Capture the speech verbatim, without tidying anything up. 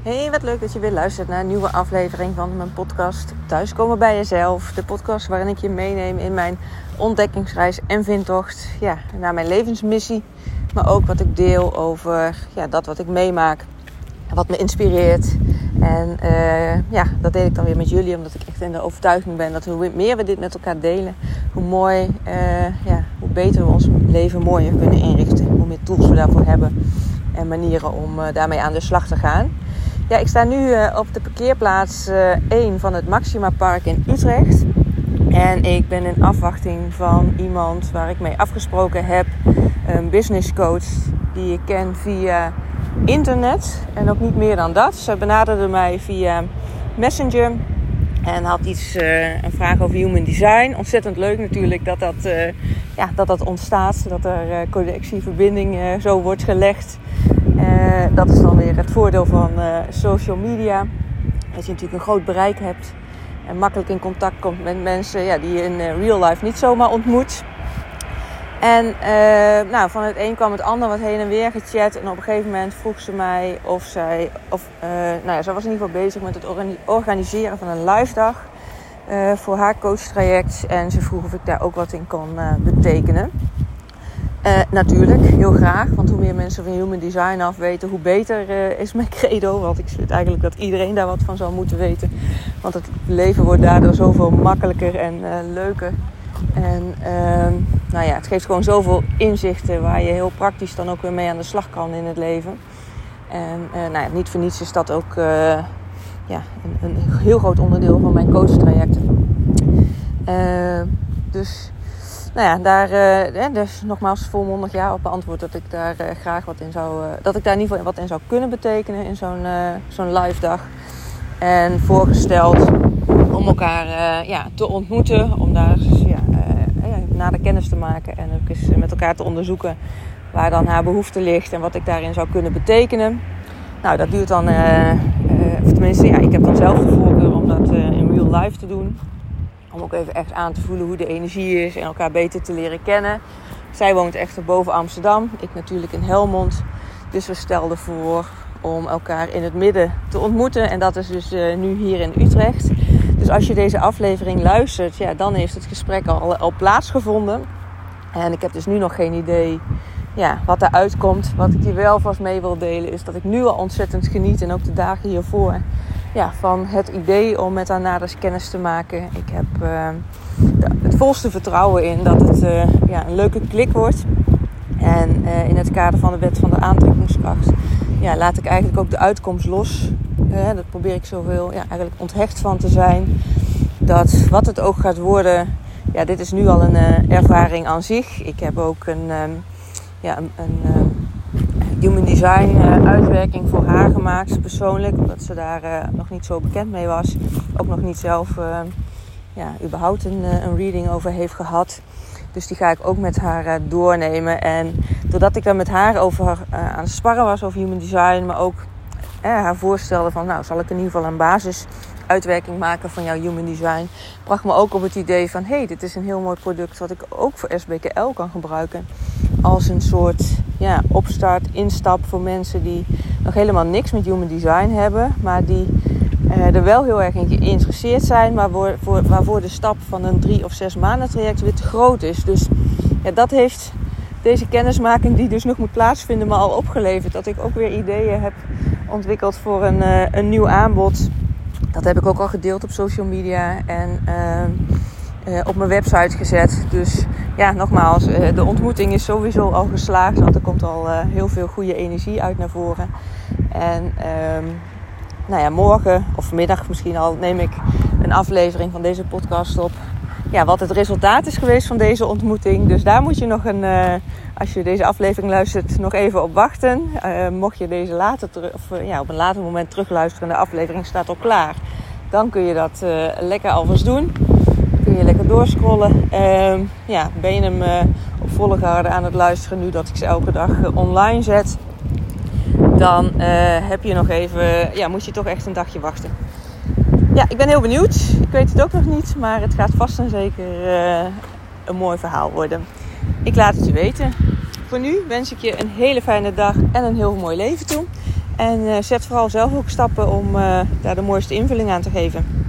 Hey, wat leuk dat je weer luistert naar een nieuwe aflevering van mijn podcast Thuiskomen bij Jezelf. De podcast waarin ik je meeneem in mijn ontdekkingsreis en vindtocht ja, naar mijn levensmissie. Maar ook wat ik deel over ja, dat wat ik meemaak, wat me inspireert. En uh, ja, dat deel ik dan weer met jullie, omdat ik echt in de overtuiging ben dat hoe meer we dit met elkaar delen, hoe mooi, uh, ja, hoe beter we ons leven mooier kunnen inrichten. Hoe meer tools we daarvoor hebben en manieren om uh, daarmee aan de slag te gaan. Ja, ik sta nu uh, op de parkeerplaats uh, één van het Maxima Park in Utrecht. En ik ben in afwachting van iemand waar ik mee afgesproken heb. Een business coach die ik ken via internet. En ook niet meer dan dat. Ze benaderde mij via Messenger. En had iets, uh, een vraag over human design. Ontzettend leuk natuurlijk dat dat, uh, ja, dat, dat ontstaat. Dat er uh, connectie, verbinding uh, zo wordt gelegd. Uh, dat is dan weer het voordeel van uh, social media. Dat je natuurlijk een groot bereik hebt. En makkelijk in contact komt met mensen ja, die je in uh, real life niet zomaar ontmoet. En uh, nou, van het een kwam het ander wat heen en weer gechat. En op een gegeven moment vroeg ze mij of zij... Of, uh, nou ja, zij was in ieder geval bezig met het organiseren van een live dag. Uh, voor haar coachtraject. En ze vroeg of ik daar ook wat in kon uh, betekenen. Uh, natuurlijk, heel graag. Want hoe meer mensen van human design af weten, hoe beter uh, is mijn credo. Want ik vind eigenlijk dat iedereen daar wat van zou moeten weten. Want het leven wordt daardoor zoveel makkelijker en uh, leuker. En uh, nou ja, het geeft gewoon zoveel inzichten waar je heel praktisch dan ook weer mee aan de slag kan in het leven. En uh, nou ja, niet voor niets is dat ook uh, ja, een, een heel groot onderdeel van mijn coachtrajecten. Uh, dus... Nou ja, daar uh, dus nogmaals volmondig ja op beantwoord dat ik daar uh, graag wat in zou, uh, dat ik daar in ieder geval wat in zou kunnen betekenen in zo'n, uh, zo'n live dag. En voorgesteld om elkaar uh, ja, te ontmoeten, om daar ja, uh, ja, nader kennis te maken en ook eens met elkaar te onderzoeken waar dan haar behoefte ligt en wat ik daarin zou kunnen betekenen. Nou, dat duurt dan, uh, uh, of tenminste, ja, ik heb dan zelf de voorkeur om dat uh, in real life te doen. Om ook even echt aan te voelen hoe de energie is en elkaar beter te leren kennen. Zij woont echt boven Amsterdam. Ik natuurlijk in Helmond. Dus we stelden voor om elkaar in het midden te ontmoeten. En dat is dus uh, nu hier in Utrecht. Dus als je deze aflevering luistert, ja, dan heeft het gesprek al, al plaatsgevonden. En ik heb dus nu nog geen idee ja, wat eruit komt. Wat ik je wel vast mee wil delen is dat ik nu al ontzettend geniet. En ook de dagen hiervoor. Ja, van het idee om met haar nader kennis te maken. Ik heb uh, het volste vertrouwen in dat het uh, ja, een leuke klik wordt. En uh, in het kader van de wet van de aantrekkingskracht ja, laat ik eigenlijk ook de uitkomst los. Uh, dat probeer ik zoveel ja, eigenlijk onthecht van te zijn. Dat wat het ook gaat worden, ja, dit is nu al een uh, ervaring aan zich. Ik heb ook een, um, ja, een, een uh, human design uh, uitwerking voor haar gemaakt, persoonlijk, omdat ze daar uh, nog niet zo bekend mee was. Ook nog niet zelf uh, ja, überhaupt een, uh, een reading over heeft gehad. Dus die ga ik ook met haar uh, doornemen. En doordat ik daar met haar over uh, aan het sparren was over human design, maar ook uh, haar voorstelde van, nou, zal ik in ieder geval een basisuitwerking maken van jouw human design, bracht me ook op het idee van, hé, hey, dit is een heel mooi product wat ik ook voor S B K L kan gebruiken. Als een soort ja, opstart, instap voor mensen die nog helemaal niks met human design hebben, maar die uh, er wel heel erg in geïnteresseerd zijn, maar voor, voor, waarvoor de stap van een drie of zes maanden traject weer te groot is. Dus ja, dat heeft deze kennismaking, die dus nog moet plaatsvinden, me al opgeleverd. Dat ik ook weer ideeën heb ontwikkeld voor een, uh, een nieuw aanbod. Dat heb ik ook al gedeeld op social media en uh, uh, op mijn website gezet. Dus ja, nogmaals, uh, de ontmoeting is sowieso al geslaagd. Want er komt al uh, heel veel goede energie uit naar voren. En um, nou ja, morgen of vanmiddag misschien al neem ik een aflevering van deze podcast op. Ja, wat het resultaat is geweest van deze ontmoeting. Dus daar moet je nog een, uh, als je deze aflevering luistert, nog even op wachten. Uh, mocht je deze later teru- of, uh, ja, op een later moment terugluisteren, de aflevering staat al klaar. Dan kun je dat uh, lekker alvast doen. Dan kun je lekker doorscrollen. Uh, ja, ben je hem uh, op volgorde aan het luisteren nu dat ik ze elke dag uh, online zet. Dan uh, heb je nog even, ja, moet je toch echt een dagje wachten. Ja, ik ben heel benieuwd. Ik weet het ook nog niet, maar het gaat vast en zeker uh, een mooi verhaal worden. Ik laat het je weten. Voor nu wens ik je een hele fijne dag en een heel mooi leven toe. En uh, zet vooral zelf ook stappen om uh, daar de mooiste invulling aan te geven.